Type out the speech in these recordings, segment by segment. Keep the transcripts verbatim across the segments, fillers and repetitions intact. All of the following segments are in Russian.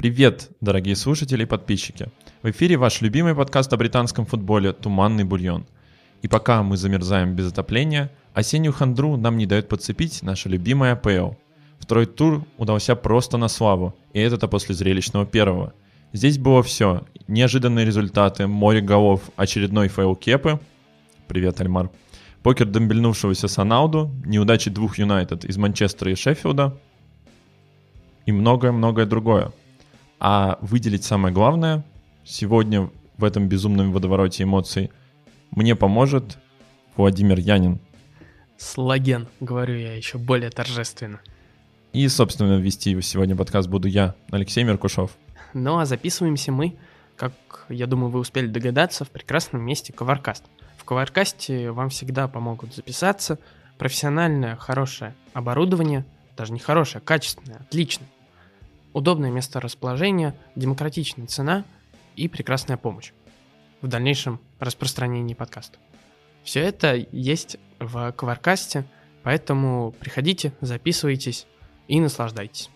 Привет, дорогие слушатели и подписчики. В эфире ваш любимый подкаст о британском футболе «Туманный бульон». И пока мы замерзаем без отопления, осеннюю хандру нам не дает подцепить наша любимая эй пи эл. Второй тур удался просто на славу, и это-то после зрелищного первого. Здесь было все. Неожиданные результаты, море голов, очередной фейл Кепы. Привет, Альмар. Покер дембельнувшегося Санауду, неудачи двух Юнайтед из Манчестера и Шеффилда и многое-многое другое. А выделить самое главное сегодня в этом безумном водовороте эмоций мне поможет Владимир Янин. Слаген, говорю я еще более торжественно. И, собственно, вести сегодня подкаст буду я, Алексей Меркушев. Ну а записываемся мы, как, я думаю, вы успели догадаться, в прекрасном месте Covercast. В Covercast вам всегда помогут записаться. Профессиональное, хорошее оборудование, даже не хорошее, качественное, отличное. Удобное место расположения, демократичная цена и прекрасная помощь в дальнейшем распространении подкаста. Все это есть в Covercast, поэтому приходите, записывайтесь и наслаждайтесь.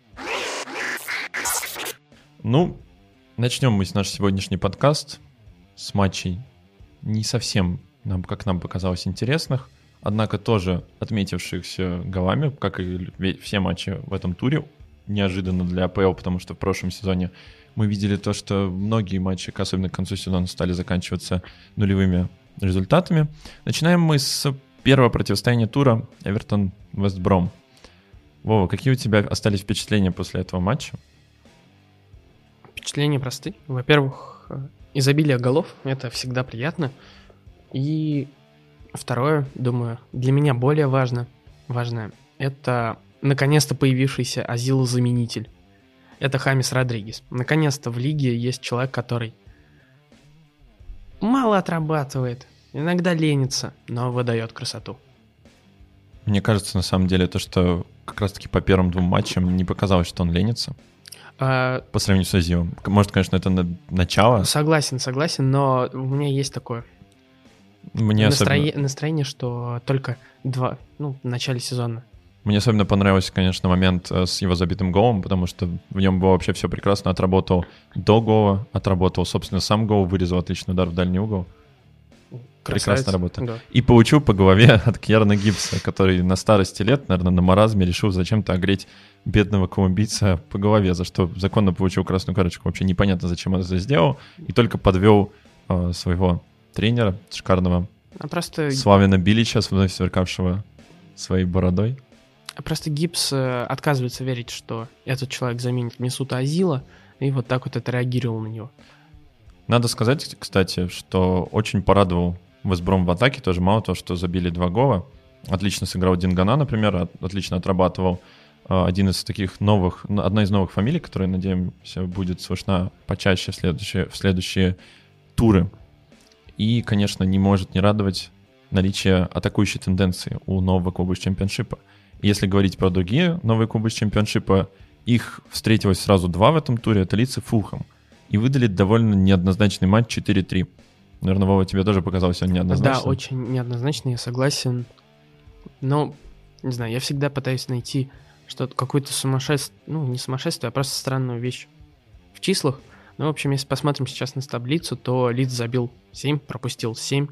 Ну, начнем мы наш сегодняшний подкаст с матчей не совсем, нам, как нам показалось, интересных, однако тоже отметившихся голами, как и все матчи в этом туре. Неожиданно для эй пи эл, потому что в прошлом сезоне мы видели то, что многие матчи, особенно к концу сезона, стали заканчиваться нулевыми результатами. Начинаем мы с первого противостояния тура Эвертон-Вест-Бром. Вова, какие у тебя остались впечатления после этого матча? Впечатления просты. Во-первых, изобилие голов, это всегда приятно. И второе, думаю, для меня более важно, важное, это наконец-то появившийся Азил-заменитель. Это Хамис Родригес. Наконец-то в лиге есть человек, который мало отрабатывает, иногда ленится, но выдает красоту. Мне кажется, на самом деле, то, что как раз-таки по первым двум матчам не показалось, что он ленится. А... По сравнению с Азилом. Может, конечно, это начало. Согласен, согласен, но у меня есть такое Мне настроение, особенно... настроение, что только два, ну, в начале сезона. Мне особенно понравился, конечно, момент с его забитым голом, потому что в нем было вообще все прекрасно. Отработал до гола, отработал, собственно, сам гол, вырезал отличный удар в дальний угол. Красавец. Прекрасная работа. Да. И получил по голове от Кьярна Гибса, который на старости лет, наверное, на маразме решил зачем-то огреть бедного колумбийца по голове, за что законно получил красную карточку. Вообще непонятно, зачем он это сделал. И только подвел э, своего тренера шикарного, а просто... Славина Билича, вновь сверкавшего своей бородой. Просто Гибс отказывается верить, что этот человек заменит Месута Азила, и вот так вот отреагировал на него. Надо сказать, кстати, что очень порадовал Вест-Бром в атаке, тоже мало того, что забили два гола. Отлично сыграл Дингана, например, отлично отрабатывал. Один из таких новых, одна из новых фамилий, которая, надеемся, будет слышна почаще в следующие, в следующие туры. И, конечно, не может не радовать наличие атакующей тенденции у нового клуба из чемпионшипа. Если говорить про другие новые клубы из чемпионшипа, их встретилось сразу два в этом туре, это Лидс и Фулхэм. И выдали довольно неоднозначный матч четыре три. Наверное, Вова, тебе тоже показался он неоднозначным? Да, очень неоднозначный, я согласен. Но, не знаю, я всегда пытаюсь найти что-то, какое-то сумасшествие, ну, не сумасшествие, а просто странную вещь в числах. Ну, в общем, если посмотрим сейчас на таблицу, то Лидс забил семь, пропустил семь.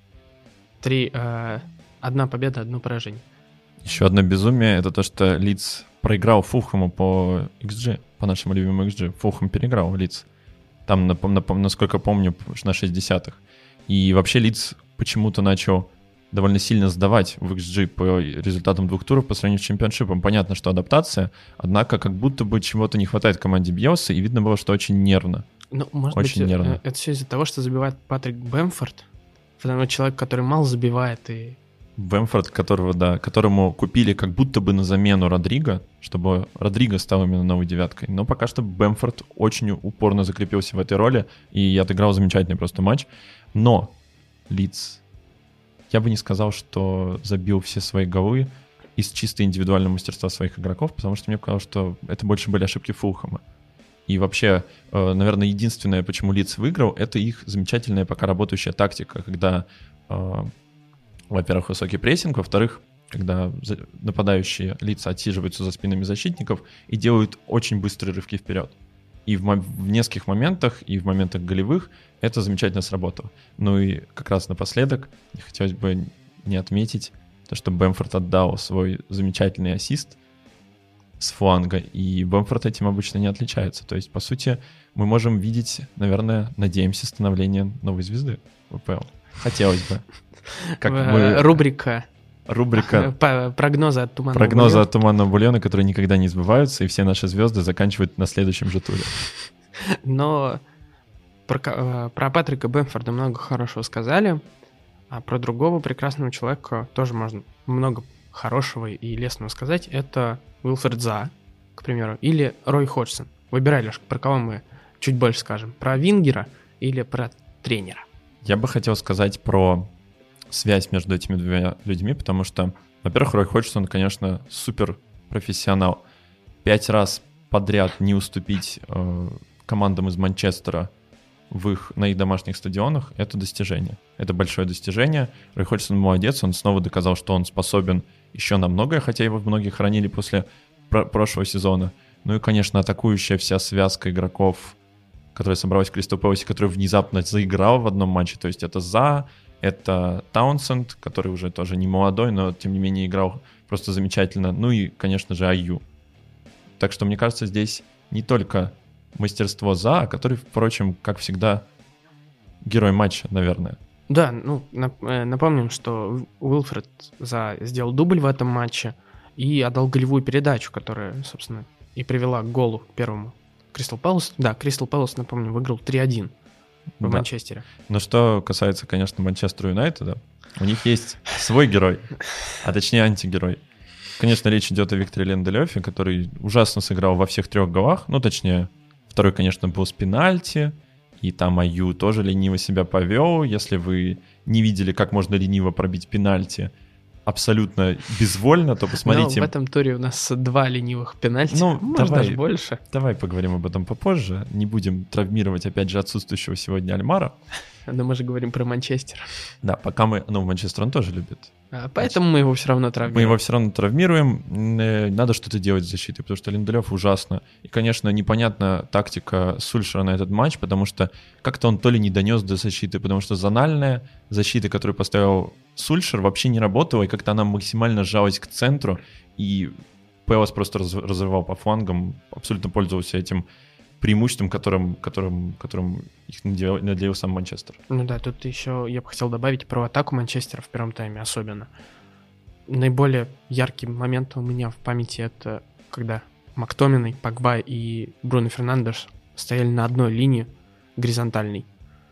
три, э, одна победа, одно поражение. Еще одно безумие — это то, что Лидс проиграл Фулхэму по икс джи, по нашему любимому икс джи. Фулхэм переиграл Лидс. Там, на, на, насколько помню, на шесть десятых. И вообще Лидс почему-то начал довольно сильно сдавать в икс джи по результатам двух туров по сравнению с чемпионшипом. Понятно, что адаптация, однако как будто бы чего-то не хватает команде Бьелса, и видно было, что очень нервно. Ну, может очень быть, нервно. Это все из-за того, что забивает Патрик Бэмфорд, потому что человек, который мало забивает и... Бэмфорд, которого, да, которому купили как будто бы на замену Родриго, чтобы Родриго стал именно новой девяткой. Но пока что Бэмфорд очень упорно закрепился в этой роли и отыграл замечательный просто матч. Но Лидс, я бы не сказал, что забил все свои голы из чисто индивидуального мастерства своих игроков, потому что мне показалось, что это больше были ошибки Фулхэма. И вообще, наверное, единственное, почему Лидс выиграл, это их замечательная пока работающая тактика, когда... Во-первых, высокий прессинг, во-вторых, когда нападающие лица отсиживаются за спинами защитников и делают очень быстрые рывки вперед. И в, мо- в нескольких моментах, и в моментах голевых это замечательно сработало. Ну и как раз напоследок хотелось бы не отметить то, что Бэмфорд отдал свой замечательный ассист с фланга, и Бэмфорд этим обычно не отличается. То есть, по сути, мы можем видеть, наверное, надеемся, становление новой звезды в ВПЛ. Хотелось бы. Как мы... Рубрика. Рубрика прогнозы от туманного прогнозы бульона. от туманного бульона, которые никогда не сбываются, и все наши звезды заканчивают на следующем же туре. Но про, про Патрика Бэмфорда много хорошего сказали, а про другого прекрасного человека тоже можно много хорошего и лестного сказать. Это Уилфред Заha, к примеру, или Рой Ходжсон. Выбирай, Лёшка, про кого мы чуть больше скажем. Про вингера или про тренера? Я бы хотел сказать про связь между этими двумя людьми, потому что, во-первых, Рой Ходжсон, конечно, супер профессионал. Пять раз подряд не уступить э, командам из Манчестера в их, на их домашних стадионах — это достижение. Это большое достижение. Рой Ходжсон молодец, он снова доказал, что он способен еще на многое, хотя его многие хранили после про- прошлого сезона. Ну и, конечно, атакующая вся связка игроков, которая собралась в Кристал Пэласе, которая внезапно заиграла в одном матче. То есть это Заha, это Таунсенд, который уже тоже не молодой, но тем не менее играл просто замечательно. Ну и, конечно же, Айю. Так что, мне кажется, здесь не только мастерство Заha, который, впрочем, как всегда, герой матча, наверное. Да, ну, напомним, что Уилфред Заha сделал дубль в этом матче и отдал голевую передачу, которая, собственно, и привела к голу первому. Кристал Пэлас, да, Кристал Пэлас, напомню, выиграл три один в Да. Манчестере. Но что касается, конечно, Манчестер Юнайтеда, у них есть свой герой, а точнее антигерой. Конечно, речь идет о Викторе Линделёфе, который ужасно сыграл во всех трех голах, ну, точнее, второй, конечно, был с пенальти, и там Айю тоже лениво себя повел. Если вы не видели, как можно лениво пробить пенальти абсолютно безвольно, то посмотрите. Но в этом туре у нас два ленивых пенальти, ну, может, давай, даже больше. Давай поговорим об этом попозже. Не будем травмировать, опять же, отсутствующего сегодня Альмара. Но мы же говорим про Манчестер. Да, пока мы... Ну, Манчестер он тоже любит. А поэтому мы его все равно травмируем. Мы его все равно травмируем. Надо что-то делать с защитой, потому что Линделёф ужасно. И, конечно, непонятна тактика Сульшера на этот матч, потому что как-то он то ли не донес до защиты, потому что зональная защита, которую поставил Сульшер, вообще не работала, и как-то она максимально сжалась к центру, и Пэлас просто раз- разрывал по флангам, абсолютно пользовался этим преимуществом, которым, которым, которым их наделил, наделил сам Манчестер. Ну да, тут еще я бы хотел добавить про атаку Манчестера в первом тайме особенно. Наиболее яркий момент у меня в памяти — это когда Мактоминой, Погба и Бруно Фернандеш стояли на одной линии горизонтальной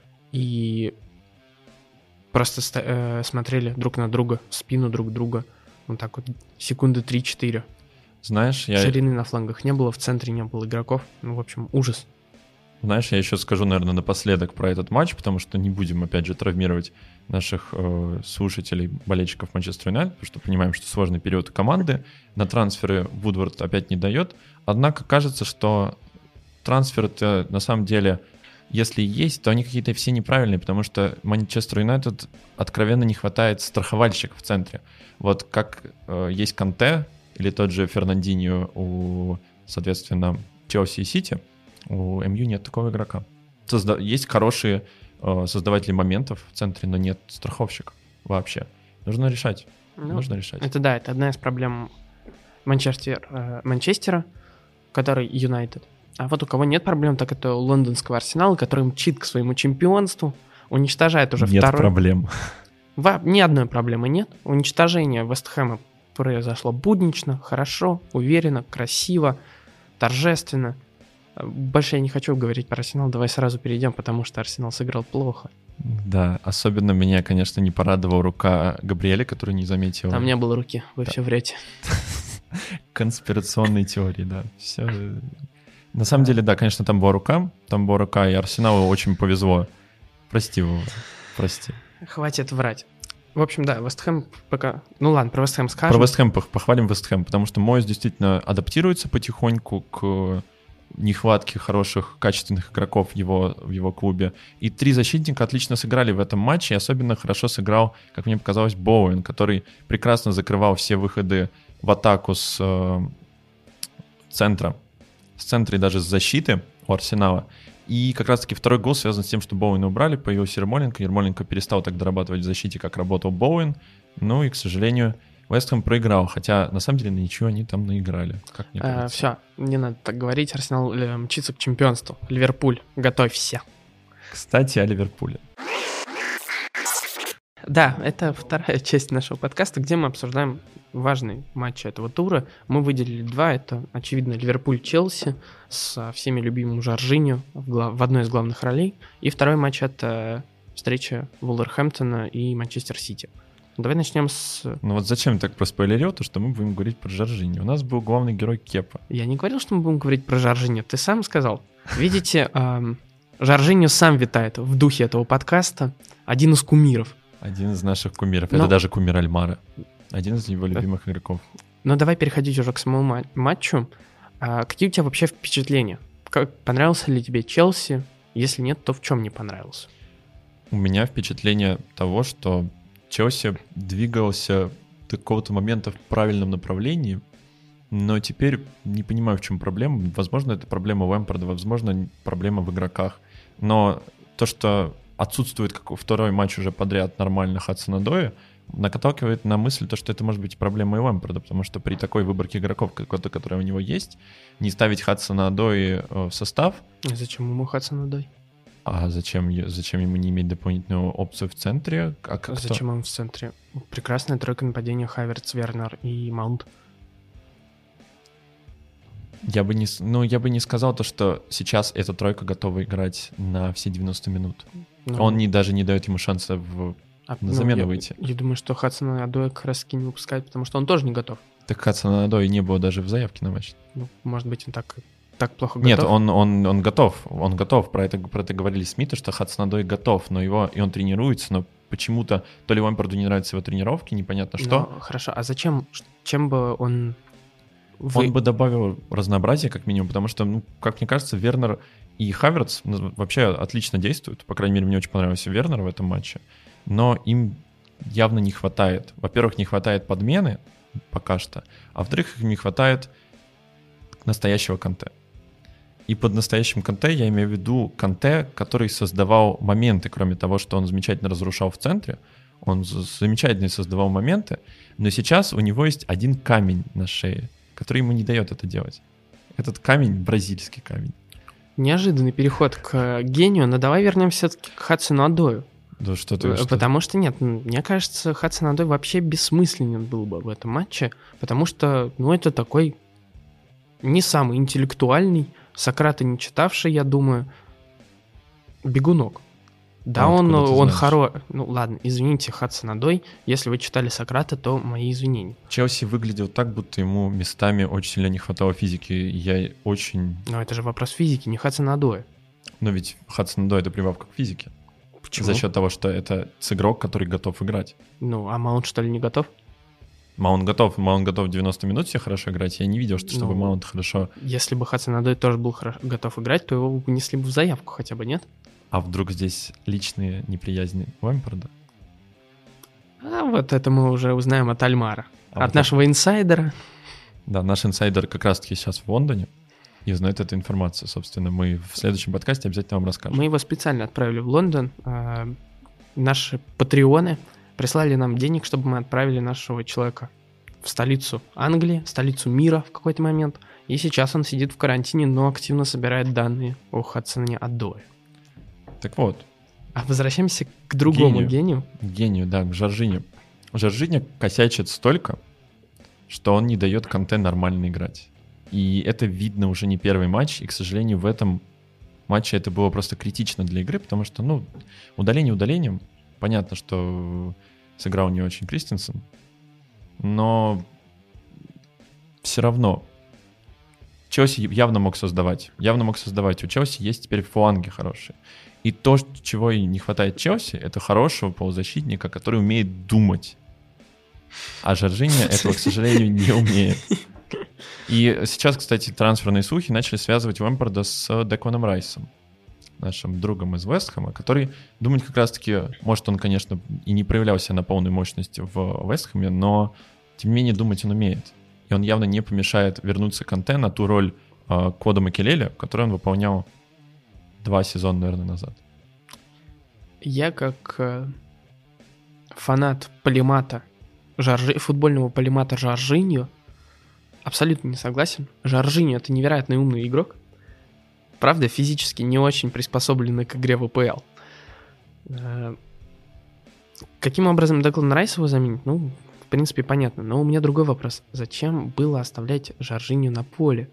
и просто ста- э, смотрели друг на друга, в спину друг друга, вот так вот секунды три-четыре. Знаешь, я... Ширины на флангах не было, в центре не было игроков. Ну, в общем, ужас. Знаешь, я еще скажу, наверное, напоследок про этот матч, потому что не будем, опять же, травмировать наших э, слушателей, болельщиков Манчестер Юнайтед, потому что понимаем, что сложный период команды. На трансферы Вудвард опять не дает. Однако кажется, что трансферы-то на самом деле, если есть, то они какие-то все неправильные, потому что Манчестер Юнайтед откровенно не хватает страховальщиков в центре. Вот как э, есть Канте или тот же Фернандиньо у, соответственно, Челси и Сити, у МЮ нет такого игрока. Созда- есть хорошие э, создаватели моментов в центре, но нет страховщика вообще. Нужно решать. Ну, Нужно решать. Это да, это одна из проблем Манчестер, э, Манчестера, который Юнайтед. А вот у кого нет проблем, так это у лондонского Арсенала, который мчит к своему чемпионству, уничтожает уже нет второй... проблем. Во... Ни одной проблемы нет. Уничтожение Вест Хэма произошло буднично, хорошо, уверенно, красиво, торжественно. Больше я не хочу говорить про Арсенал, давай сразу перейдем, потому что Арсенал сыграл плохо. Да, особенно меня, конечно, не порадовала рука Габриэля, который не заметил. Там не было руки, вы Да. все врете. Конспирационные теории, да. Все. На самом деле, да, конечно, там была рука, там была рука, и Арсеналу очень повезло. Прости его, прости. Хватит врать. В общем, да, Вест Хэм пока... Ну ладно, про Вест Хэм скажем. Про Вест Хэм пох- похвалим Вест Хэм, потому что Мойс действительно адаптируется потихоньку к нехватке хороших, качественных игроков в его, в его клубе. И три защитника отлично сыграли в этом матче, и особенно хорошо сыграл, как мне показалось, Боуэн, который прекрасно закрывал все выходы в атаку с э, центра, с центра и даже с защиты. у Арсенала. И как раз-таки второй гол связан с тем, что Боуэна убрали, появился Ермоленко. Ермоленко перестал так дорабатывать в защите, как работал Боуэн. Ну и, к сожалению, Вест Хэм проиграл, хотя на самом деле ничего они там наиграли. Как мне кажется. А, все, не надо так говорить. Арсенал э, мчится к чемпионству. Ливерпуль, готовься. Кстати, о Ливерпуле. Да, это вторая часть нашего подкаста, где мы обсуждаем важные матчи этого тура. Мы выделили два. Это, очевидно, Ливерпуль-Челси со всеми любимым Жоржиньо в, глав... в одной из главных ролей. И второй матч — это встреча Вулверхэмптона и Манчестер-Сити. Давай начнем с... Ну вот зачем так проспойлерил то, что мы будем говорить про Жоржиньо? У нас был главный герой Кепа. Я не говорил, что мы будем говорить про Жоржиньо. Ты сам сказал. Видите, эм, Жоржиньо сам витает в духе этого подкаста. Один из кумиров. Один из наших кумиров. Но... Это даже кумир Альмара. Один из его любимых да? игроков. Ну давай переходить уже к самому матчу. А какие у тебя вообще впечатления? Как, понравился ли тебе Челси? Если нет, то в чем не понравился? У меня впечатление того, что Челси двигался до какого-то момента в правильном направлении, но теперь не понимаю, в чем проблема. Возможно, это проблема Лэмпарда, возможно, проблема в игроках. Но то, что отсутствует как второй матч уже подряд нормально Хадсон-Одои, наталкивает на мысль, то, что это может быть проблемой Лэмпарда, потому что при такой выборке игроков, которая у него есть, не ставить Хадсона-Одои в состав. А зачем ему Хадсон-Одои? А зачем, зачем ему не иметь дополнительную опцию в центре? А как зачем кто? он в центре? Прекрасная тройка нападения: Хавертц, Вернер и Маунт. Я бы не, ну, я бы не сказал то, что сейчас эта тройка готова играть на все девяносто минут. Ну, он не, даже не дает ему шанса в, а, на замену ну, выйти. Я, я думаю, что Хадсона-Одои как раз таки не выпускает, потому что он тоже не готов. Так Хадсона-Одои не было даже в заявке на матч. Ну, может быть, он так, так плохо готов? Нет, он, он, он готов. Он готов. Про это, про это говорили Смиты, что Хадсон-Одои готов, но его, и он тренируется, но почему-то то ли Лэмпарду не нравятся его тренировки, непонятно что. Ну, хорошо, а зачем, чем бы он... Вы... Он бы добавил разнообразие, как минимум, потому что, ну, как мне кажется, Вернер и Хавертц ну, вообще отлично действуют. По крайней мере, мне очень понравился Вернер в этом матче. Но им явно не хватает. Во-первых, не хватает подмены пока что, а во-вторых, им не хватает настоящего Канте. И под настоящим Канте я имею в виду Канте, который создавал моменты, кроме того, что он замечательно разрушал в центре. Он замечательно создавал моменты, но сейчас у него есть один камень на шее, который ему не дает это делать. Этот камень — бразильский камень. Неожиданный переход к гению, но давай вернемся все-таки к Хадсону-Одою. Да что ты... Что... Потому что нет, мне кажется, Хадсон-Одой вообще бессмысленен был бы в этом матче, потому что, ну, это такой не самый интеллектуальный, Сократа не читавший, я думаю, бегунок. Да, а он, он хорош. Ну ладно, извините, Хадсон-Одой, если вы читали Сократа, то мои извинения. Челси выглядел так, будто ему местами очень сильно не хватало физики. Я очень... Но это же вопрос физики, не Хадсон-Одоя. Но ведь Хадсон-Одой — это прибавка к физике. Почему? За счет того, что это игрок, который готов играть. Ну, а Маунт что ли не готов? Маунт готов, Маунт готов девяносто минут все хорошо играть. Я не видел, что, чтобы ну, Маунт хорошо... Если бы Хадсон-Одой тоже был хорошо, готов играть, то его внесли бы в заявку хотя бы, нет? А вдруг здесь личные неприязни Лэмпарда? А вот это мы уже узнаем от Альмара. А от вот нашего это... инсайдера. Да, наш инсайдер как раз-таки сейчас в Лондоне и знает эту информацию. Собственно, мы в следующем подкасте обязательно вам расскажем. Мы его специально отправили в Лондон. А, наши патреоны прислали нам денег, чтобы мы отправили нашего человека в столицу Англии, столицу мира в какой-то момент. И сейчас он сидит в карантине, но активно собирает данные о Хадсоне-Одое. Так вот. А возвращаемся к другому гению. Гению, гению да, к Жоржиньо. Жоржиньо косячит столько, что он не дает Канте нормально играть. И это видно уже не первый матч, и, к сожалению, в этом матче это было просто критично для игры, потому что, ну, удаление удалением. Понятно, что сыграл не очень Кристенсен, но все равно Челси явно мог создавать. Явно мог создавать. У Челси есть теперь фланги хорошие. И то, чего и не хватает Челси, это хорошего полузащитника, который умеет думать. А Жоржиньо этого, к сожалению, не умеет. И сейчас, кстати, трансферные слухи начали связывать Лэмпарда с Декланом Райсом, нашим другом из Вест Хэма, который думает как раз-таки, может, он, конечно, и не проявлялся на полной мощности в Вест Хэме, но, тем не менее, думать он умеет. И он явно не помешает вернуться Канте на ту роль э, Кода Макелеля, которую он выполнял два сезона, наверное, назад. Я как э, фанат полимата, Жоржи, футбольного полимата Жоржиньо, абсолютно не согласен. Жоржиньо — это невероятно умный игрок. Правда, физически не очень приспособленный к игре в АПЛ. Э, каким образом Деклан Райс его заменит? Ну, в принципе, понятно. Но у меня другой вопрос. Зачем было оставлять Жоржиньо на поле?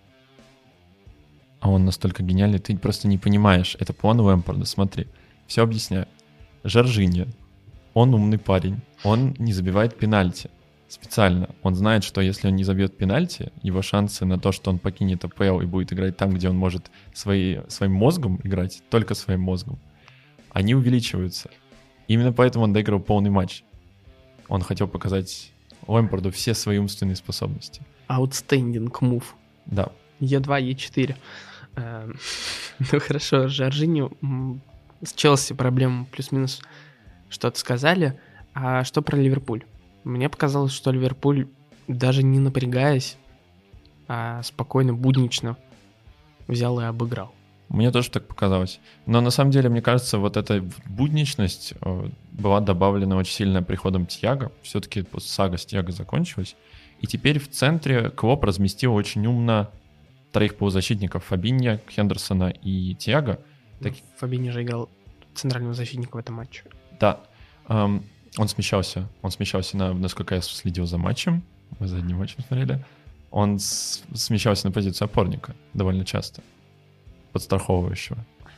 А он настолько гениальный, ты просто не понимаешь. Это план Лэмпарда, смотри. Все объясняю. Жоржиньо, он умный парень. Он не забивает пенальти. Специально. Он знает, что если он не забьет пенальти, его шансы на то, что он покинет АПЛ и будет играть там, где он может свои, своим мозгом играть, только своим мозгом, они увеличиваются. Именно поэтому он доиграл полный матч. Он хотел показать Лэмпарду все свои умственные способности. Outstanding move. Да. Е два, Е четыре. Эм, ну хорошо, Жоржиньо, м, с Челси проблем плюс-минус что-то сказали. А что про Ливерпуль? Мне показалось, что Ливерпуль, даже не напрягаясь, а спокойно, буднично взял и обыграл. Мне тоже так показалось. Но на самом деле, мне кажется, вот эта будничность э, была добавлена очень сильно приходом Тиаго. Все-таки сага с Тиаго закончилась. И теперь в центре Клоп разместил очень умно троих полузащитников: Фабиньо, Хендерсона и Тиаго. Так... Фабиньо же играл центрального защитника в этом матче. Да. Эм, он смещался. Он смещался, на, насколько я следил за матчем. Мы за одним матчем смотрели. Он с, смещался на позицию опорника довольно часто. Подстраховывающего.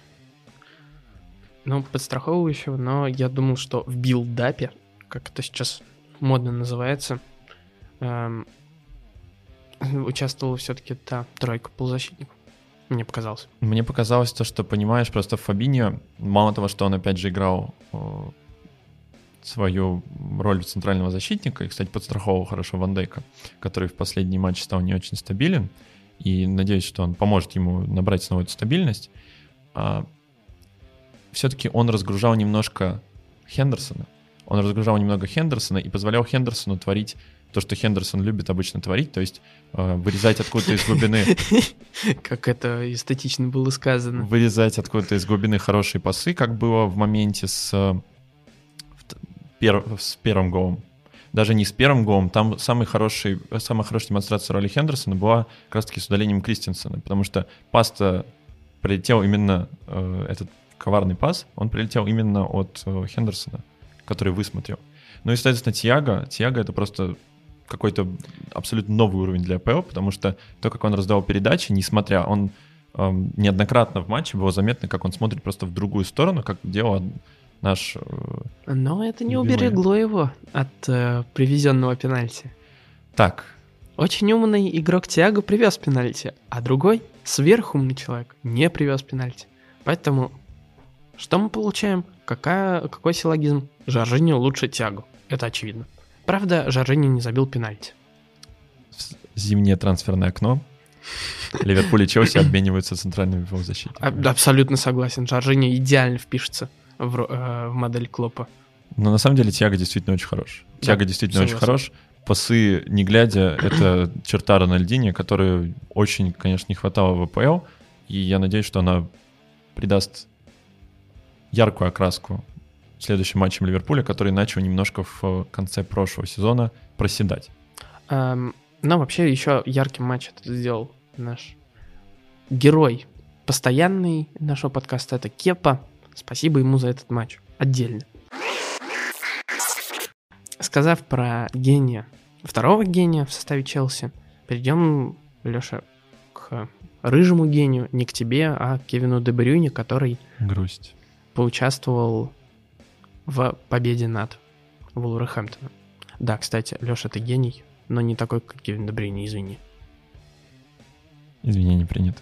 Ну, подстраховывающего, но я думал, что в билдапе, как это сейчас модно называется, эм, участвовала все-таки та тройка полузащитников. Мне показалось. Мне показалось то, что, понимаешь, просто Фабиньо, мало того, что он опять же играл э, свою роль центрального защитника, и, кстати, подстраховывал хорошо Ван Дейка, который в последний матч стал не очень стабилен, и надеюсь, что он поможет ему набрать снова эту стабильность. А, все-таки он разгружал немножко Хендерсона. Он разгружал немного Хендерсона и позволял Хендерсону творить то, что Хендерсон любит обычно творить, то есть э, вырезать откуда-то из глубины... Как это эстетично было сказано. Вырезать откуда-то из глубины хорошие пасы, как было в моменте с, пер, с первым голом. Даже не с первым голом, там самый хороший, самая хорошая демонстрация роли Хендерсона была как раз-таки с удалением Кристенсена, потому что пас-то прилетел именно, э, этот коварный пас, он прилетел именно от э, Хендерсона, который высмотрел. Ну и, соответственно, Тиаго, Тиаго — это просто какой-то абсолютно новый уровень для АПЛ, потому что то, как он раздавал передачи, несмотря, он эм, неоднократно в матче было заметно, как он смотрит просто в другую сторону, как делал наш... Э, Но это не любимый. уберегло его от э, привезенного пенальти. Так. Очень умный игрок Тиаго привез пенальти, а другой, сверхумный человек, не привез пенальти. Поэтому что мы получаем? Какая, какой силлогизм? Жоржиньо лучше Тиаго. Это очевидно. Правда, Жоржиньо не забил пенальти. Зимнее трансферное окно. Ливерпуль и Челси обмениваются центральными полузащитниками. Абсолютно согласен. Жоржиньо идеально впишется в, э, в модель Клопа. Но на самом деле Тиаго действительно очень хорош. Да, Тиаго действительно согласен. очень хорош. Пасы, не глядя, это черта Рональдиньо, которой очень, конечно, не хватало в АПЛ. И я надеюсь, что она придаст яркую окраску следующим матчем Ливерпуля, который начал немножко в конце прошлого сезона проседать. Эм, но вообще еще яркий матч это сделал наш герой постоянный нашего подкаста, это Кепа. Спасибо ему за этот матч. Отдельно. Сказав про гения, второго гения в составе Челси, перейдем, Леша, к рыжему гению, не к тебе, а к Кевину Де Брюйне, который Грусть. поучаствовал в победе над Вулверхэмптоном. Да, кстати, Леша, ты гений, но не такой, как Кевин Де Брюйне, извини. Извинения приняты.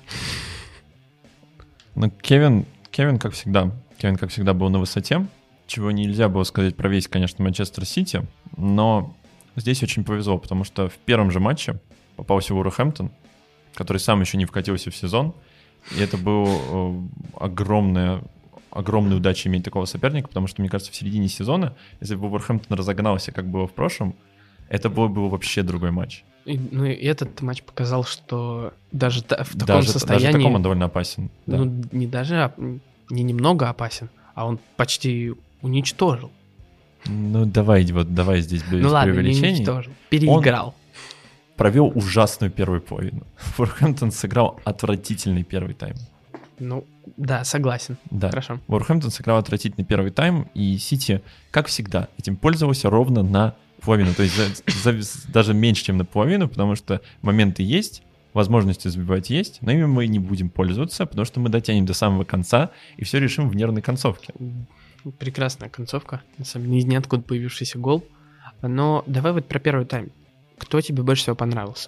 Но Кевин, Кевин, как всегда, Кевин, как всегда, был на высоте, чего нельзя было сказать про весь, конечно, Манчестер Сити, но здесь очень повезло, потому что в первом же матче попался Вулверхэмптон, который сам еще не вкатился в сезон, и это был э, огромная, огромная удача иметь такого соперника, потому что, мне кажется, в середине сезона, если бы Вулверхэмптон разогнался, как было в прошлом, это был бы вообще другой матч. И, ну, и этот матч показал, что даже та, в таком даже, состоянии... Даже таком он довольно опасен. Да. Ну, не даже, не немного опасен, а он почти уничтожил. Ну, давай, вот, давай здесь без ну, ладно, преувеличений. Не уничтожил, переиграл. Он провел ужасную первую половину. Вулверхэмптон сыграл отвратительный первый тайм. Ну, да, согласен. Да. Хорошо. Вулверхэмптон сыграл отвратительный первый тайм, и Сити, как всегда, этим пользовался ровно на половину. То есть за, за, даже меньше, чем на половину, потому что моменты есть, возможности забивать есть, но ими мы не будем пользоваться, потому что мы дотянем до самого конца и все решим в нервной концовке. Прекрасная концовка, на самом деле, из ниоткуда появившийся гол. Но давай вот про первый тайм. Кто тебе больше всего понравился?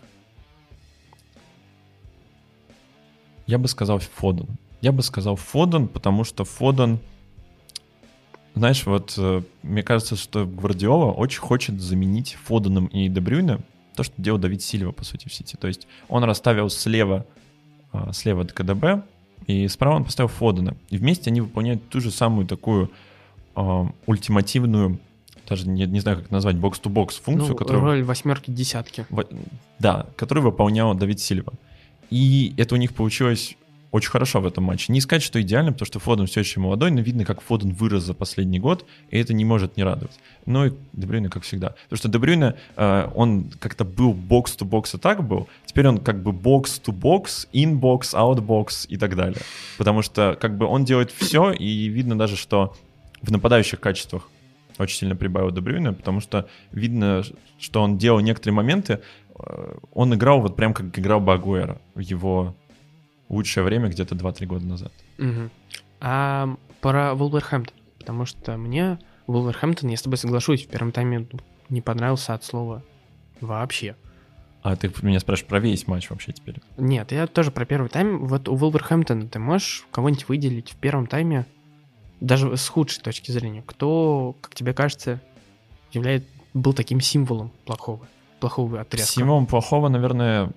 Я бы сказал Фоден. Я бы сказал Фоден, потому что Фоден, знаешь, вот мне кажется, что Гвардиола очень хочет заменить Фоденом и Де Брюйне то, что делал Давид Сильва, по сути, в Сити. То есть он расставил слева, слева КДБ, и справа он поставил Фодена. И вместе они выполняют ту же самую такую э, ультимативную, даже не, не знаю, как назвать, бокс-ту-бокс функцию, ну, которую... роль восьмерки-десятки. В, да, которую выполнял Давид Сильва. И это у них получилось очень хорошо в этом матче. Не сказать, что идеально, потому что Фоден все еще молодой, но видно, как Фоден вырос за последний год, и это не может не радовать. Ну и Де Брюйне, как всегда. Потому что Де Брюйне, э, он как-то был бокс-ту-бокс, и так был, теперь он как бы бокс-ту-бокс, ин-бокс, аут-бокс и так далее. Потому что как бы он делает все, и видно даже, что в нападающих качествах очень сильно прибавил Де Брюйне, потому что видно, что он делал некоторые моменты, э, он играл вот прям как играл бы Агуэро в его... лучшее время где-то два-три года назад. Угу. А про Вулверхэмптон, потому что мне Вулверхэмптон, я с тобой соглашусь, в первом тайме не понравился от слова вообще. А ты меня спрашиваешь про весь матч вообще теперь? Нет, я тоже про первый тайм. Вот у Вулверхэмптона ты можешь кого-нибудь выделить в первом тайме, даже с худшей точки зрения, кто, как тебе кажется, является, был таким символом плохого, плохого отрезка? Символом плохого, наверное...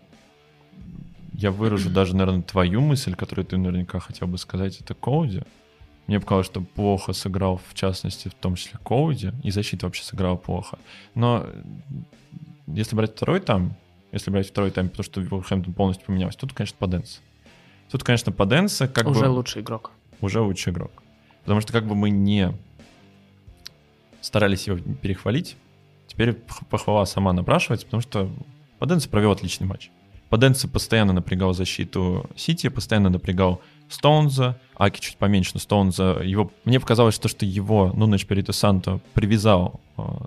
Я выражу даже, наверное, твою мысль, которую ты наверняка хотел бы сказать, это Коуди. Мне показалось, что плохо сыграл, в частности, в том числе Коуди, и защита вообще сыграла плохо. Но если брать второй тайм, если брать второй тайм, потому что Вулверхэмптон полностью поменялся, тут, конечно, Паденс. Тут, конечно, Паденс как уже бы... Уже лучший игрок. Уже лучший игрок. Потому что как бы мы не старались его перехвалить, теперь похвала сама напрашивается, потому что Паденс провел отличный матч. Паденце постоянно напрягал защиту Сити, постоянно напрягал Стоунза, Аки чуть поменьше, но Стоунза, его, мне показалось, что, что его Нуно Эспириту Санто привязал,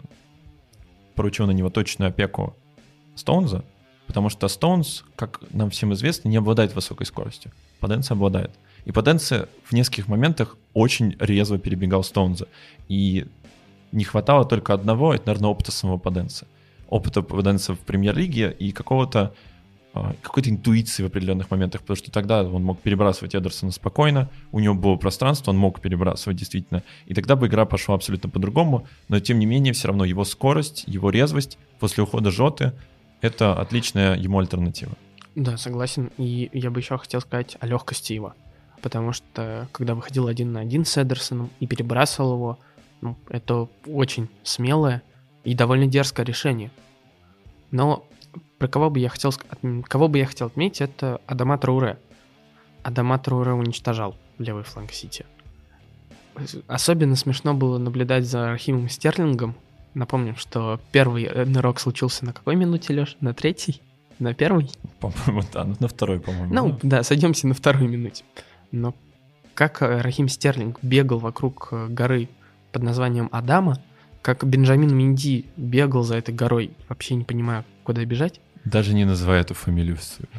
поручил на него точную опеку Стоунза, потому что Стоунз, как нам всем известно, не обладает высокой скоростью. Паденце обладает. И Паденце в нескольких моментах очень резво перебегал Стоунза. И не хватало только одного, это, наверное, опыта самого Паденце. Опыта Паденце в премьер-лиге и какого-то какой-то интуиции в определенных моментах, потому что тогда он мог перебрасывать Эдерсона спокойно, у него было пространство, он мог перебрасывать действительно, и тогда бы игра пошла абсолютно по-другому, но тем не менее все равно его скорость, его резвость после ухода Жоты — это отличная ему альтернатива. Да, согласен, и я бы еще хотел сказать о легкости его, потому что когда выходил один на один с Эдерсоном и перебрасывал его, ну, это очень смелое и довольно дерзкое решение. Но про кого бы я хотел, кого бы я хотел отметить, это Адама Трауре. Адама Трауре уничтожал левый фланг Сити. Особенно смешно было наблюдать за Рахимом Стерлингом. Напомним, что первый нырок случился на какой минуте, Лёш? На третьей? На первой? По-моему, да, на второй, по-моему. Ну, да, да сойдемся на второй минуте. Но как Рахим Стерлинг бегал вокруг горы под названием Адама, как Бенджамин Менди бегал за этой горой, вообще не понимаю, куда бежать. Даже не называя эту фамилию.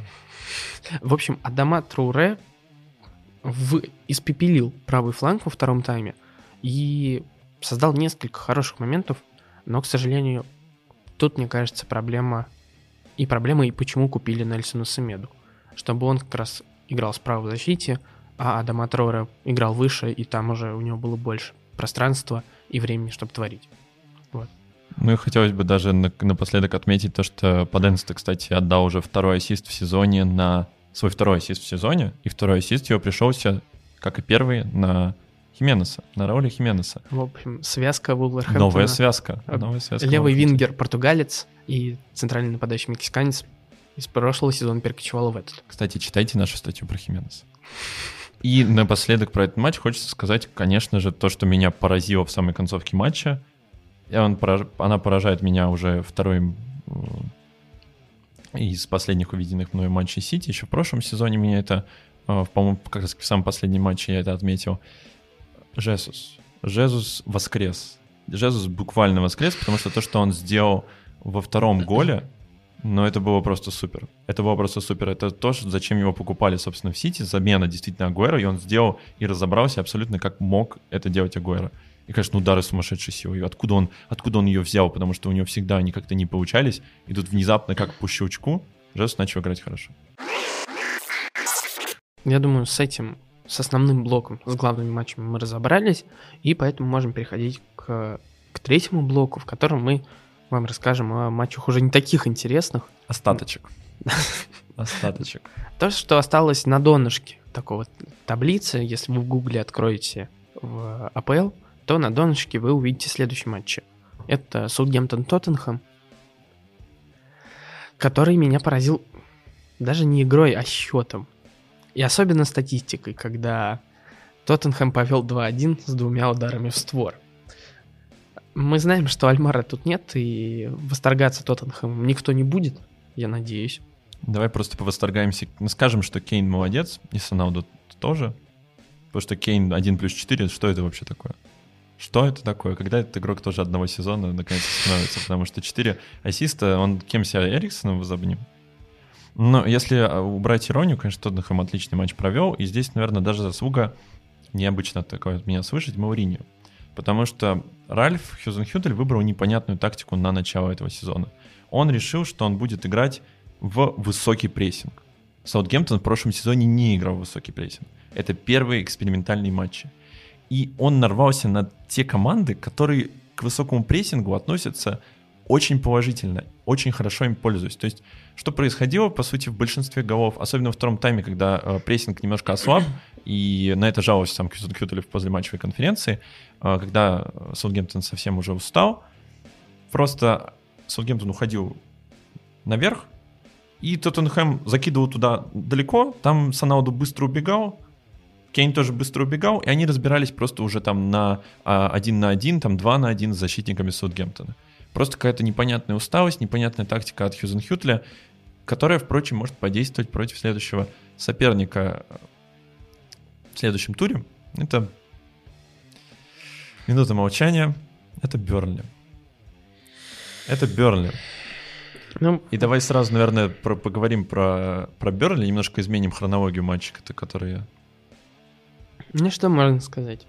В общем, Адама Трауре в... испепелил правый фланг во втором тайме и создал несколько хороших моментов, но, к сожалению, тут, мне кажется, проблема и проблема, и почему купили Нельсона Семеду. Чтобы он как раз играл справа в защите, а Адама Трауре играл выше, и там уже у него было больше пространства и времени, чтобы творить. Вот. Ну и хотелось бы даже напоследок отметить то, что Паденце, кстати, отдал уже второй ассист в сезоне на... Свой второй ассист в сезоне, и второй ассист его пришелся, как и первый, на Хименеса, на Рауле Хименеса. В общем, связка Вулверхэмптона. Новая связка. Новая связка Левый вингер португалец и центральный нападающий мексиканец из прошлого сезона перекочевал в этот. Кстати, читайте нашу статью про Хименеса. И напоследок про этот матч хочется сказать, конечно же, то, что меня поразило в самой концовке матча. И он пораж... Она поражает меня уже второй из последних увиденных мной матчей Сити. Еще в прошлом сезоне меня это, по-моему, как раз в самом последнем матче я это отметил. Жезус. Жезус воскрес. Жезус буквально воскрес, потому что то, что он сделал во втором голе, но это было просто супер. Это было просто супер. Это то, зачем его покупали, собственно, в Сити. Замена действительно Агуэро, и он сделал и разобрался абсолютно как мог это делать Агуэро. И, конечно, удары сумасшедшей силой. Откуда он, откуда он ее взял? Потому что у него всегда они как-то не получались. И тут внезапно, как по щелчку, Жезус начал играть хорошо. Я думаю, с этим, с основным блоком, с главными матчами мы разобрались. И поэтому можем переходить к, к третьему блоку, в котором мы вам расскажем о матчах уже не таких интересных. Остаточек. Остаточек. То, что осталось на донышке такого таблицы, если вы в Гугле откроете в АПЛ, то на донышке вы увидите следующие матчи. Это Саутгемптон-Тоттенхэм, который меня поразил даже не игрой, а счетом. И особенно статистикой, когда Тоттенхэм повел два один с двумя ударами в створ. Мы знаем, что Альмара тут нет, и восторгаться Тоттенхэмом никто не будет, я надеюсь. Давай просто повосторгаемся. Ну, скажем, что Кейн молодец, и Соналдо тоже. Потому что Кейн один плюс четыре, что это вообще такое? Что это такое? Когда этот игрок тоже одного сезона наконец становится? Потому что четыре ассиста, он кем себя Эриксоном возобним? Но если убрать иронию, конечно, Тоттенхэм отличный матч провел, и здесь, наверное, даже заслуга, необычно такое от меня слышать, Мауриньо. Потому что Ральф Хюзенхютель выбрал непонятную тактику на начало этого сезона. Он решил, что он будет играть в высокий прессинг. Саутгемптон в прошлом сезоне не играл в высокий прессинг. Это первые экспериментальные матчи. И он нарвался на те команды, которые к высокому прессингу относятся очень положительно, очень хорошо им пользуясь. То есть, что происходило, по сути, в большинстве голов, особенно во втором тайме, когда э, прессинг немножко ослаб, и на это жаловался сам Хюзенхютель в послематчевой конференции, э, когда Саутгемптон совсем уже устал, просто Саутгемптон уходил наверх, и Тоттенхэм закидывал туда далеко, там Соналдо быстро убегал, Кейн тоже быстро убегал, и они разбирались просто уже там на а, один на один, там два на один с защитниками Саутгемптона. Просто какая-то непонятная усталость, непонятная тактика от Хюзенхютеля, которая, впрочем, может подействовать против следующего соперника в следующем туре. Это минута молчания. Это Бернли. Это Бернли. Ну, и давай сразу, наверное, про, поговорим про, про Бернли, немножко изменим хронологию матча, которые... Ну, что можно сказать?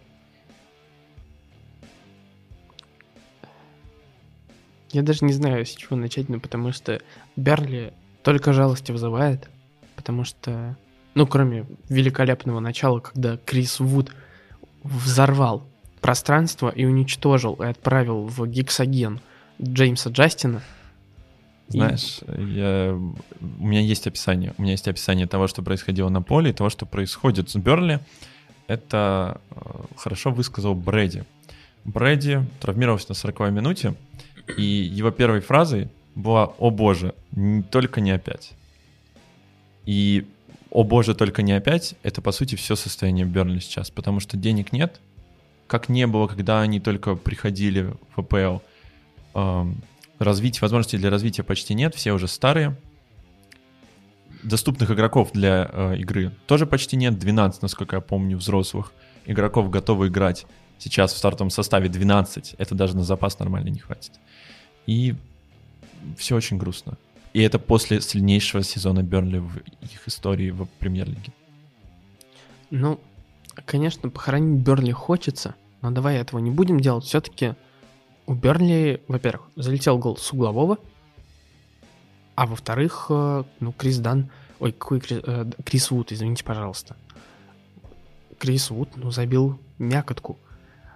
Я даже не знаю, с чего начать, ну, потому что Бернли только жалости вызывает, потому что, ну, кроме великолепного начала, когда Крис Вуд взорвал пространство и уничтожил, и отправил в гексаген Джеймса Джастина. Знаешь, и... я... у меня есть описание. У меня есть описание того, что происходило на поле, и того, что происходит с Бернли. Это хорошо высказал Брэди. Брэди травмировался на сороковой минуте, и его первой фразой была «О боже, только не опять». И «О боже, только не опять» — это, по сути, все состояние Бернли сейчас, потому что денег нет, как не было, когда они только приходили в АПЛ. Развития, возможностей для развития почти нет, все уже старые. Доступных игроков для э, игры тоже почти нет, двенадцать, насколько я помню, взрослых игроков готовы играть. Сейчас в стартовом составе двенадцать, это даже на запас нормально не хватит. И все очень грустно. И это после сильнейшего сезона Бернли в их истории в премьер-лиге. Ну, конечно, похоронить Бернли хочется, но давай этого не будем делать. Все-таки у Бернли, во-первых, залетел гол с углового, а во-вторых, ну, Крис Дан... Ой, какой Крис... Э, Крис Вуд, извините, пожалуйста. Крис Вуд, ну, забил мякотку.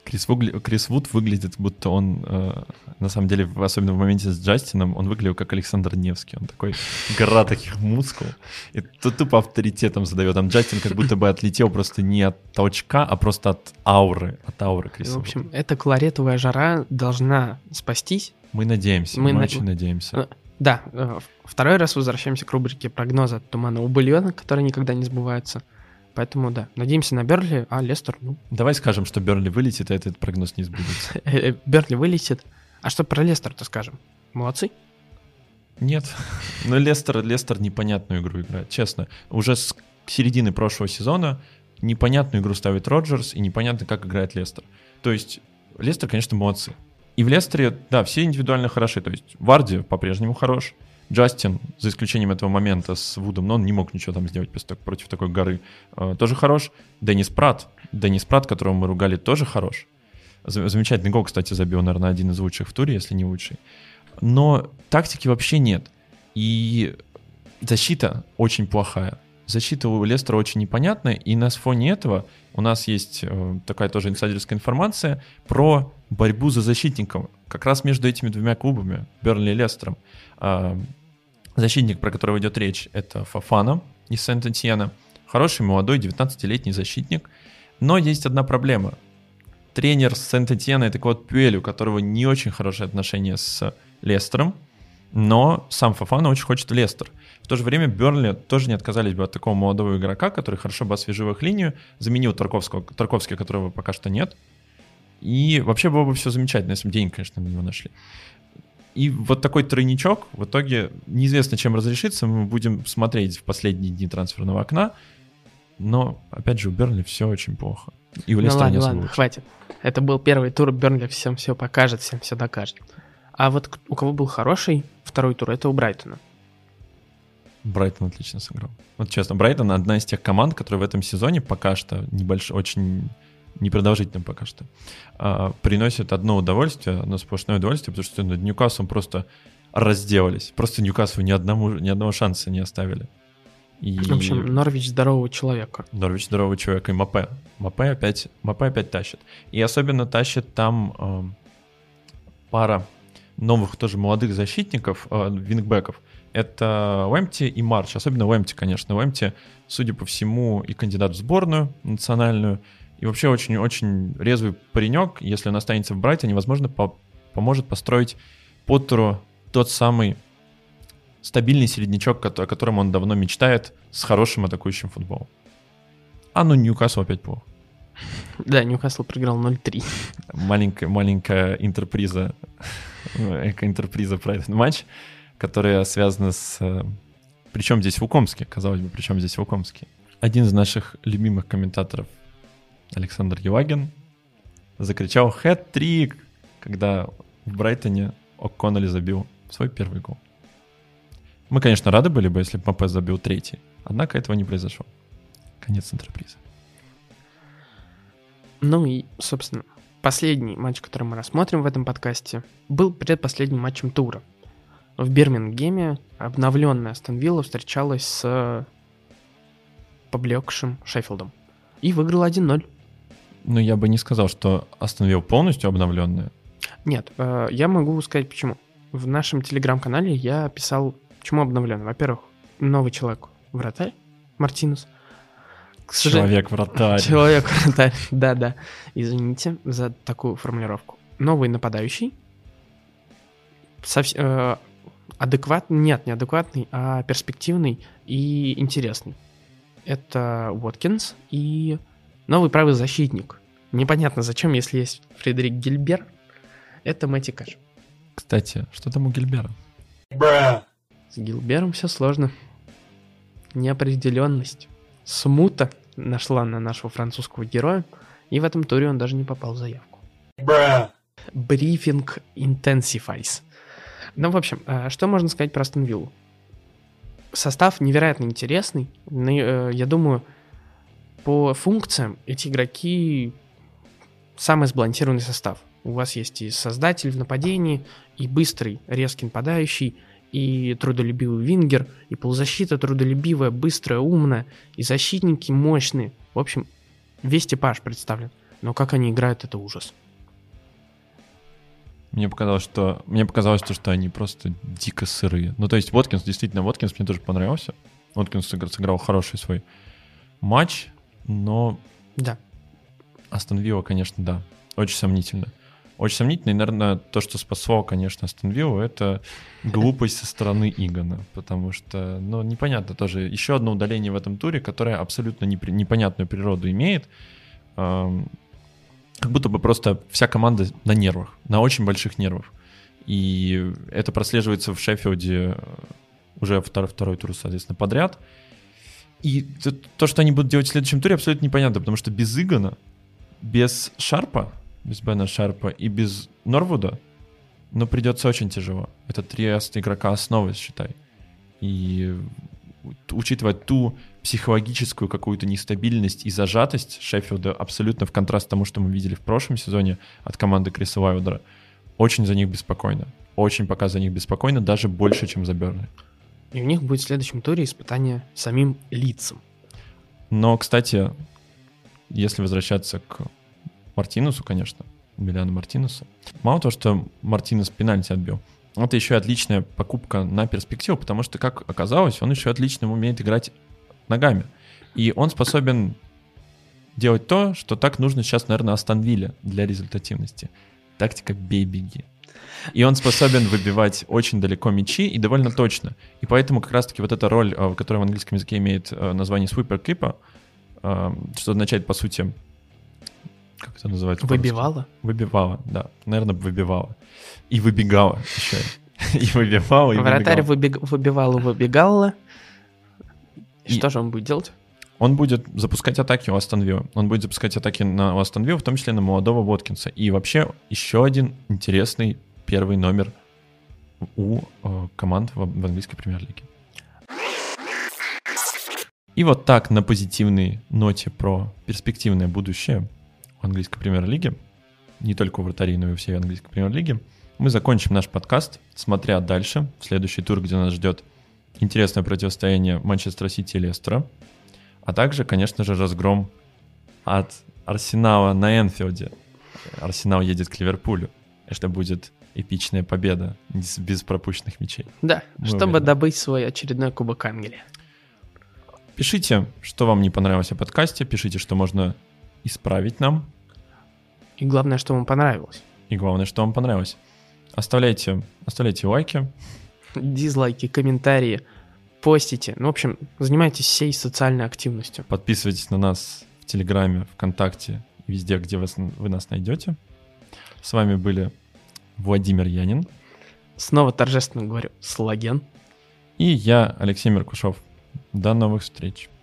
Крис, Вугли... Крис Вуд выглядит, будто он, э, на самом деле, особенно в моменте с Джастином, он выглядел как Александр Невский. Он такой, гора таких мускул. И тут тупо авторитетом задает. Там Джастин как будто бы отлетел просто не от толчка, а просто от ауры. От ауры Криса В общем, Вуда. эта колоретовая жара должна спастись. Мы надеемся, мы, Мы мы на- очень надеемся. Да, э, второй раз возвращаемся к рубрике прогноза тумана у бульона, которые никогда не сбываются. Поэтому, да, надеемся на Бернли, а Лестер, ну, Давай скажем, что Бернли вылетит, а этот прогноз не сбудется. э, э, Бернли вылетит. А что про Лестер-то скажем? Молодцы. Нет. Но Лестер, Лестер непонятную игру играет, честно. Уже с середины прошлого сезона непонятную игру ставит Роджерс, и непонятно, как играет Лестер. То есть Лестер, конечно, молодцы. И в Лестере, да, все индивидуально хороши. То есть Варди по-прежнему хорош. Джастин, за исключением этого момента с Вудом, но он не мог ничего там сделать против такой горы, э, тоже хорош. Деннис Пратт, Деннис Пратт, которого мы ругали, тоже хорош. Замечательный гол, кстати, забил, наверное, один из лучших в туре, если не лучший. Но тактики вообще нет. И защита очень плохая. Защита у Лестера очень непонятная, и на фоне этого у нас есть э, такая тоже инсайдерская информация про борьбу за защитников. Как раз между этими двумя клубами, Бернли и Лестером. Э, защитник, про которого идет речь, это Фофана из Сент-Этьена. Хороший, молодой, девятнадцатилетний защитник. Но есть одна проблема. Тренер Сент-Этьена — это Клод Пюэль, у которого не очень хорошие отношения с Лестером, но сам Фофана очень хочет в Лестер. В то же время Бернли тоже не отказались бы от такого молодого игрока, который хорошо бы освежил их линию, заменил Тарковского, Тарковского, которого пока что нет. И вообще было бы все замечательно, если бы денег, конечно, на него нашли. И вот такой тройничок в итоге неизвестно, чем разрешится. Мы будем смотреть в последние дни трансферного окна. Но, опять же, у Бернли все очень плохо. И у Ну Лестера ладно, не ладно, лучше. хватит. Это был первый тур, Бернли всем все покажет, всем все докажет. А вот к- у кого был хороший второй тур, это у Брайтона. Брайтон отлично сыграл. Вот честно, Брайтон одна из тех команд, которые в этом сезоне пока что небольшой, очень непродолжительным пока что, а, приносят одно удовольствие, одно сплошное удовольствие, потому что над Ньюкаслом просто разделались. Просто Ньюкаслу ни, одному, ни одного шанса не оставили. И В общем, Норвич здорового человека. Норвич здорового человека и Мапе. Мапе опять, Мапе опять тащит. И особенно тащит там э, пара новых тоже молодых защитников, э, вингбеков. Это Уэмпти и Марч. Особенно Уэмпти, конечно. Уэмпти, судя по всему, и кандидат в сборную национальную. И вообще очень-очень резвый паренек. Если он останется в Брайтоне, возможно, по- поможет построить Поттеру тот самый стабильный середнячок, ко- о котором он давно мечтает, с хорошим атакующим футболом. А ну Ньюкасл опять плохо. Да, Ньюкасл проиграл ноль три. Маленькая, маленькая интерприза, эко-интерприза про этот матч, которая связана с... Причем здесь Вукомский, казалось бы, причем здесь Вукомский. Один из наших любимых комментаторов, Александр Елагин, закричал хэт-трик, когда в Брайтоне О'Коннелли забил свой первый гол. Мы, конечно, рады были бы, если бы Мапе забил третий, однако этого не произошло. Конец интерприза. Ну и, собственно, последний матч, который мы рассмотрим в этом подкасте, был предпоследним матчем тура. В Бирмингеме обновленная Астон Вилла встречалась с поблекшим Шеффилдом и выиграл один ноль. Ну, я бы не сказал, что Астон Вилла полностью обновленная. Нет, э, я могу сказать почему. В нашем телеграм-канале я писал, почему обновленный. Во-первых, новый человек вратарь Мартинес. К сожалению- Человек-вратарь. Человек-вратарь, да-да. Извините за такую формулировку. Новый нападающий. Совс- э, адекватный, нет, не адекватный, а перспективный и интересный. Это Уоткинс и новый правый защитник. Непонятно зачем, если есть Фредерик Гильбер. Это Мэтти Кэш. Кстати, что там у Гильбера? С Гильбером все сложно. Неопределенность. Смута нашла на нашего французского героя, и в этом туре он даже не попал в заявку. Брифинг intensifies. Ну, в общем, э, что можно сказать про Астон Виллу? Состав невероятно интересный. но, э, Я думаю, по функциям эти игроки самый сбалансированный состав. У вас есть и создатель в нападении, и быстрый, резкий нападающий, и трудолюбивый вингер, и полузащита трудолюбивая, быстрая, умная, и защитники мощные. В общем, весь типаж представлен. Но как они играют, это ужас. Мне показалось, что мне показалось, то, что они просто дико сырые. Ну, то есть Воткинс, действительно, Воткинс мне тоже понравился. Воткинс сыграл хороший свой матч, но... Да. Астон Вилла, конечно, да, очень сомнительно. Очень сомнительно, и, наверное, то, что спасло, конечно, Астон Виллу, это глупость со стороны Игона, потому что, ну, непонятно тоже. Еще одно удаление в этом туре, которое абсолютно непри- непонятную природу имеет. Эм, как будто бы просто вся команда на нервах, на очень больших нервах. И это прослеживается в Шеффилде уже второй, второй тур, соответственно, подряд. И то, то, что они будут делать в следующем туре, абсолютно непонятно, потому что без Игона, без Шарпа, без Бена Шарпа и без Норвуда, ну, придется очень тяжело. Это три игрока основы, считай. И учитывая ту психологическую какую-то нестабильность и зажатость Шеффилда, абсолютно в контраст тому, что мы видели в прошлом сезоне от команды Криса Уайлдера, очень за них беспокойно. Очень пока за них беспокойно, даже больше, чем за Бернли. И у них будет в следующем туре испытание самим Лидсом. Но, кстати, если возвращаться к Мартинесу, конечно, Эмилиану Мартинесу, мало того, что Мартинес пенальти отбил, это еще и отличная покупка на перспективу, потому что, как оказалось, он еще отлично умеет играть ногами. И он способен делать то, что так нужно сейчас, наверное, Астон Вилле для результативности. Тактика «бей-беги». И он способен выбивать очень далеко мячи и довольно точно. И поэтому как раз-таки вот эта роль, которая в английском языке имеет название sweeper-keeper, что означает, по сути, как это называется? Выбивала? Выбивала, да. Наверное, выбивала. И выбегала еще. И выбивала, и Вратарь выбегала. выбивала, выбегала. И что же он будет делать? Он будет запускать атаки у Астон Виллы. Он будет запускать атаки на Астон Виллу, в том числе на молодого Воткинса. И вообще еще один интересный первый номер у э, команд в, в английской премьер-лиге. И вот так на позитивной ноте про перспективное будущее английской премьер-лиги, не только у вратарей, но и у всей английской премьер-лиги, мы закончим наш подкаст, смотря дальше, в следующий тур, где нас ждет интересное противостояние Манчестер Сити и Лестера, а также, конечно же, разгром от Арсенала на Энфилде. Арсенал едет к Ливерпулю. Это будет эпичная победа без пропущенных мячей. Да, мы чтобы уверены. добыть свой очередной Кубок Англии. Пишите, что вам не понравилось о подкасте, пишите, что можно исправить нам. И главное, что вам понравилось. И главное, что вам понравилось. Оставляйте, оставляйте лайки. Дизлайки, комментарии, постите. Ну, в общем, занимайтесь всей социальной активностью. Подписывайтесь на нас в Телеграме, ВКонтакте, везде, где вас, вы нас найдете. С вами были Владимир Янин. Снова торжественно говорю, Слаген. И я, Алексей Меркушев. До новых встреч.